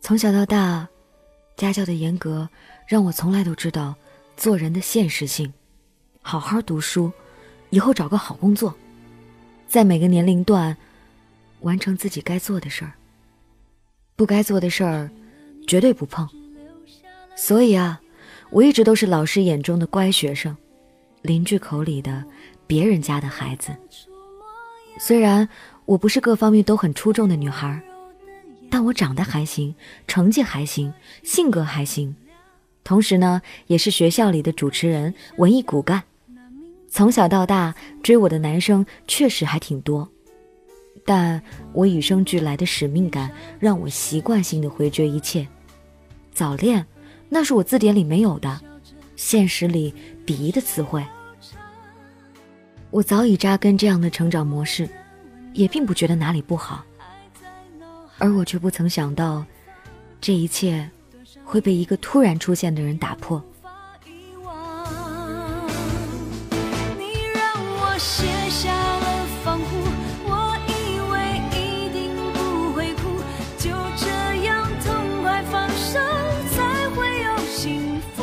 从小到大，家教的严格让我从来都知道做人的现实性，好好读书，以后找个好工作，在每个年龄段完成自己该做的事儿，不该做的事儿绝对不碰。所以啊，我一直都是老师眼中的乖学生，邻居口里的别人家的孩子。虽然我不是各方面都很出众的女孩，但我长得还行，成绩还行，性格还行，同时呢，也是学校里的主持人，文艺骨干。从小到大追我的男生确实还挺多，但我与生俱来的使命感让我习惯性的回绝一切。早恋那是我字典里没有的，现实里鄙夷的词汇。我早已扎根这样的成长模式，也并不觉得哪里不好，而我却不曾想到，这一切会被一个突然出现的人打破。 你让我写下了防护，我以为一定不会哭，就这样痛快放手才会有幸福。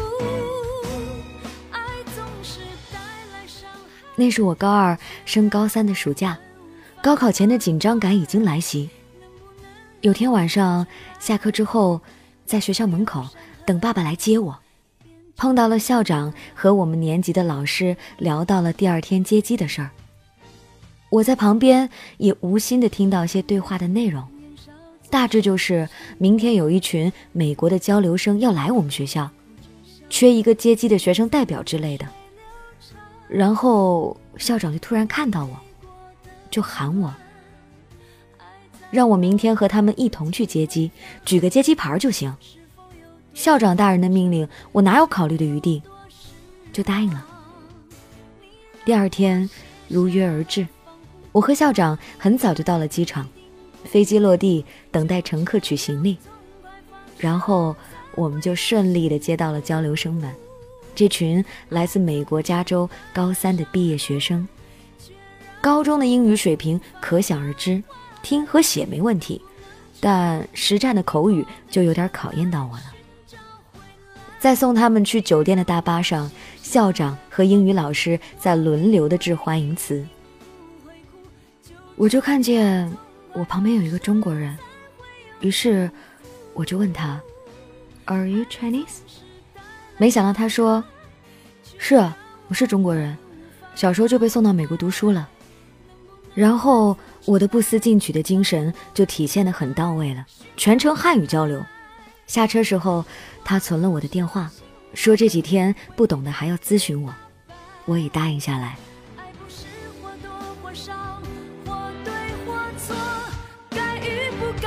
爱总是带来伤害。 那是我高2升高3的暑假，高考前的紧张感已经来袭。有天晚上下课之后，在学校门口等爸爸来接我，碰到了校长和我们年级的老师，聊到了第二天接机的事儿。我在旁边也无心地听到些对话的内容，大致就是明天有一群美国的交流生要来我们学校，缺一个接机的学生代表之类的。然后校长就突然看到我，就喊我，让我明天和他们一同去接机，举个接机牌就行。校长大人的命令，我哪有考虑的余地，就答应了。第二天如约而至，我和校长很早就到了机场，飞机落地，等待乘客取行李，然后我们就顺利地接到了交流生们，这群来自美国加州高3的毕业学生。高中的英语水平可想而知，听和写没问题，但实战的口语就有点考验到我了。在送他们去酒店的大巴上，校长和英语老师在轮流的致欢迎词。我就看见我旁边有一个中国人，于是我就问他 Are you Chinese？ 没想到他说，是啊，我是中国人，小时候就被送到美国读书了。然后我的不思进取的精神就体现得很到位了，全程汉语交流。下车时候他存了我的电话，说这几天不懂的还要咨询我，我也答应下来。 爱不是或多或少，或对或错，该与不该。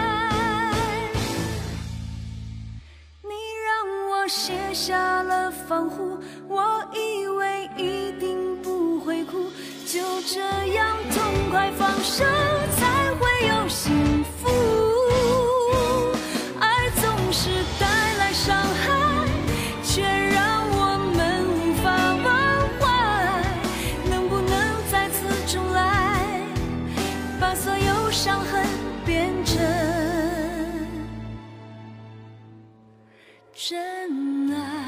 你让我写下了防护，我以为一定不会哭，就这样痛快放手才会有幸福。爱总是带来伤害，却让我们无法忘怀。能不能再次重来，把所有伤痕变成真爱。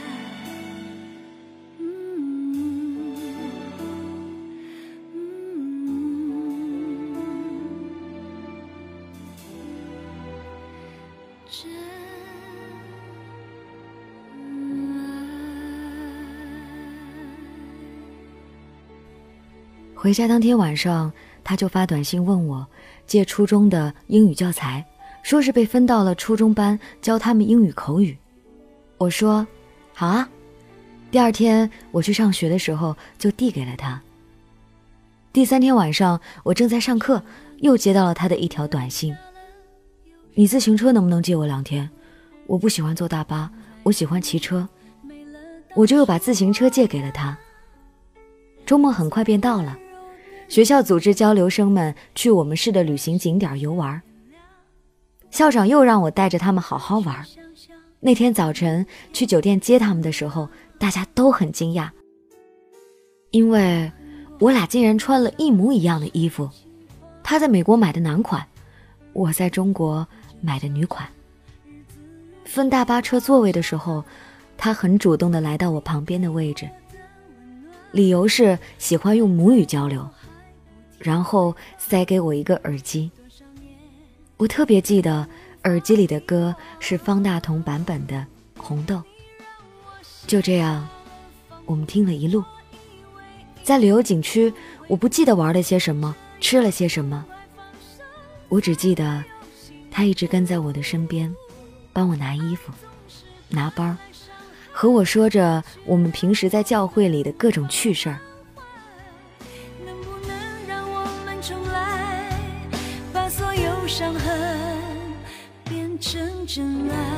回家当天晚上，他就发短信问我借初中的英语教材，说是被分到了初中班教他们英语口语。我说好啊。第二天我去上学的时候就递给了他。第3天晚上，我正在上课，又接到了他的一条短信，你自行车能不能借我2天？我不喜欢坐大巴，我喜欢骑车。我就又把自行车借给了他。周末很快便到了，学校组织交流生们去我们市的旅行景点游玩，校长又让我带着他们好好玩。那天早晨去酒店接他们的时候，大家都很惊讶，因为我俩竟然穿了一模一样的衣服，他在美国买的男款， 我在中国买的女款。分大巴车座位的时候，他很主动地来到我旁边的位置，理由是喜欢用母语交流，然后塞给我一个耳机。我特别记得耳机里的歌是方大同版本的《红豆》。就这样，我们听了一路。在旅游景区，我不记得玩了些什么，吃了些什么，我只记得他一直跟在我的身边，帮我拿衣服、拿包，和我说着我们平时在教会里的各种趣事儿。 能不能让我们重来，把所有伤痕变成真爱。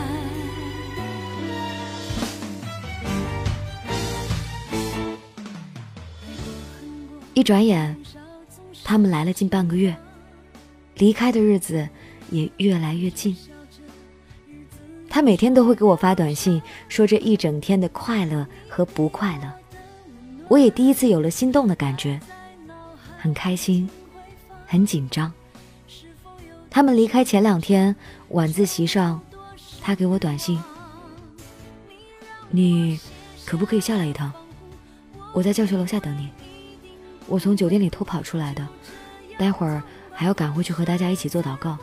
一转眼，他们来了近半个月，离开的日子也越来越近。他每天都会给我发短信，说这一整天的快乐和不快乐。我也第一次有了心动的感觉，很开心，很紧张。他们离开前2天，晚自习上，他给我短信：你可不可以下来一趟？我在教学楼下等你。我从酒店里偷跑出来的，待会儿还要赶回去和大家一起做祷告。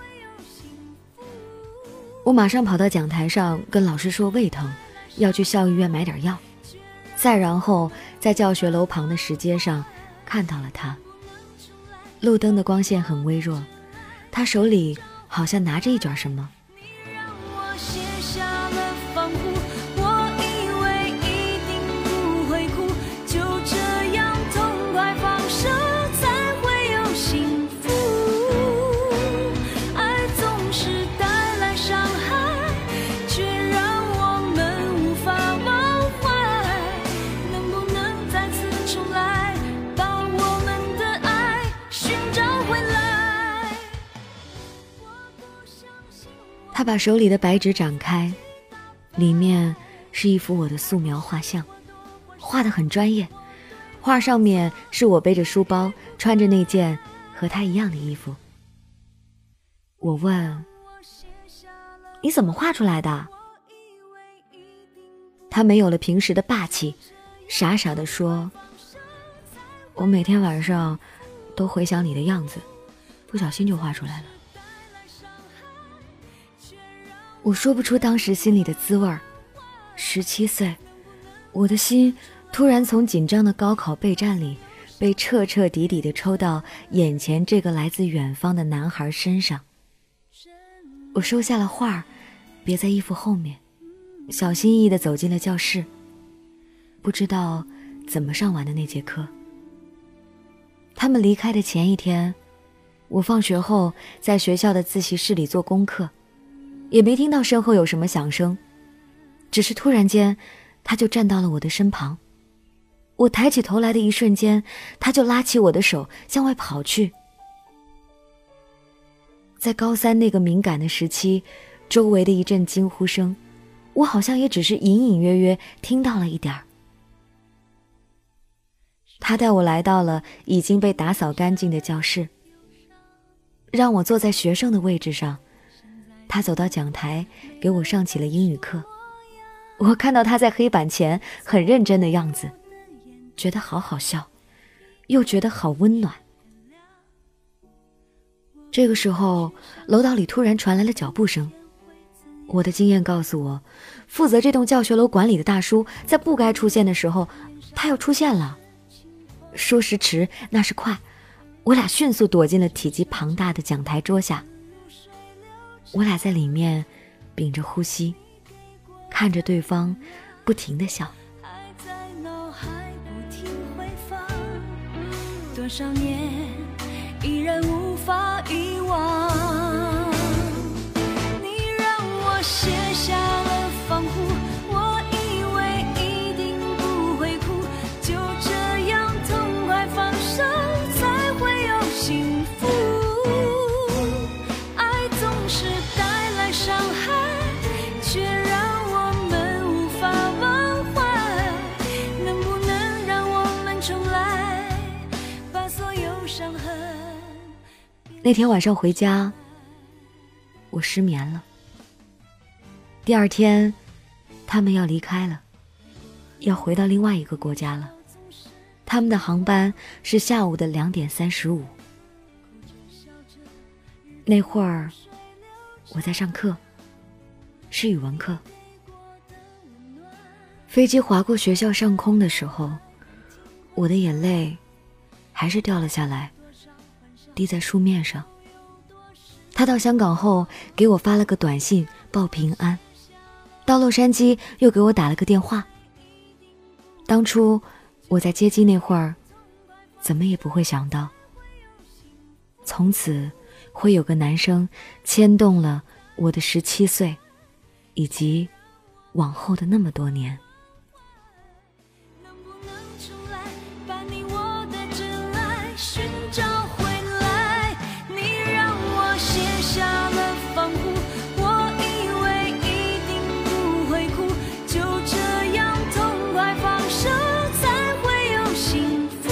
我马上跑到讲台上跟老师说胃疼，要去校医院买点药。再然后在教学楼旁的石阶上看到了他，路灯的光线很微弱，他手里好像拿着一卷什么。 让我卸下了防护，我以为一定不会哭，就这样痛快放手才会有幸福。爱总是带来伤害，却让我们无法忘怀。能不能再次重来，把我们的爱寻找回来。 他把手里的白纸展开，里面是一幅我的素描画像，画得很专业。画上面是我背着书包，穿着那件和他一样的衣服。我问：你怎么画出来的？他没有了平时的霸气，傻傻地说：我每天晚上都回想你的样子，不小心就画出来了。我说不出当时心里的滋味儿。17岁，我的心突然从紧张的高考备战里被彻彻底底地抽到眼前这个来自远方的男孩身上。我收下了画，别在衣服后面，小心翼翼地走进了教室。不知道怎么上完的那节课。他们离开的前一天，我放学后在学校的自习室里做功课，也没听到身后有什么响声，只是突然间他就站到了我的身旁。我抬起头来的一瞬间，他就拉起我的手向外跑去。在高3那个敏感的时期，周围的一阵惊呼声，我好像也只是隐隐约约听到了一点儿。他带我来到了已经被打扫干净的教室，让我坐在学生的位置上。他走到讲台，给我上起了英语课。我看到他在黑板前很认真的样子，觉得好好笑，又觉得好温暖。这个时候，楼道里突然传来了脚步声。我的经验告诉我，负责这栋教学楼管理的大叔在不该出现的时候，他又出现了。说时迟，那时快，我俩迅速躲进了体积庞大的讲台桌下。我俩在里面屏着呼吸，看着对方不停地笑。 爱在脑海不停回放，多少年依然无法遗忘。你让我卸下了防护，我以为一定不会哭，就这样痛快放手才会有幸福。爱总是带来伤害，却让我们无法忘怀。能不能让我们重来，把所有伤痕。 那天晚上回家， 我失眠了。第二天，他们要离开了，要回到另外一个国家了。他们的航班是下午的2点35。那会儿，我在上课，是语文课。飞机划过学校上空的时候，我的眼泪还是掉了下来，滴在书面上。他到香港后给我发了个短信报平安，到洛杉矶又给我打了个电话。当初我在接机那会儿，怎么也不会想到，从此会有个男生牵动了我的17岁，以及往后的那么多年。 能不能出来，把你我的真爱寻找回来？你让我卸下了防护，我以为一定不会哭，就这样痛快放手才会有幸福。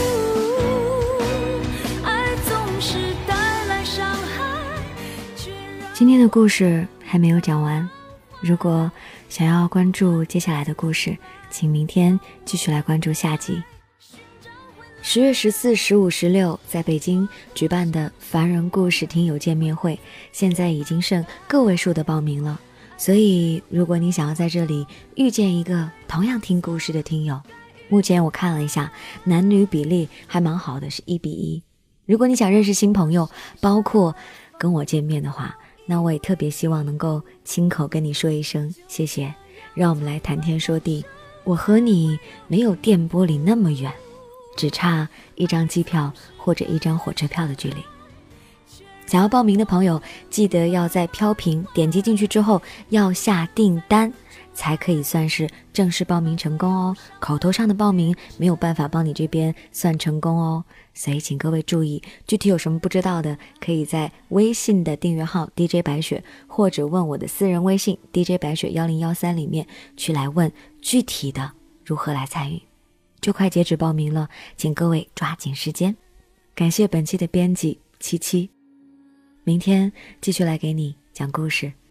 爱总是带来伤害，却让今天的故事还没有讲完，如果想要关注接下来的故事，请明天继续来关注下集。10月14、15、16在北京举办的凡人故事听友见面会，现在已经剩个位数的报名了，所以如果你想要在这里遇见一个同样听故事的听友，目前我看了一下，男女比例还蛮好的，是1比1。如果你想认识新朋友，包括跟我见面的话，那我也特别希望能够亲口跟你说一声谢谢，让我们来谈天说地。我和你没有电波里那么远，只差一张机票或者一张火车票的距离。想要报名的朋友，记得要在飘屏点击进去之后要下订单，才可以算是正式报名成功哦。口头上的报名没有办法帮你这边算成功哦，所以请各位注意，具体有什么不知道的，可以在微信的订阅号 DJ 白雪，或者问我的私人微信 DJ 白雪1013里面去来问具体的如何来参与。就快截止报名了，请各位抓紧时间。感谢本期的编辑77，明天继续来给你讲故事。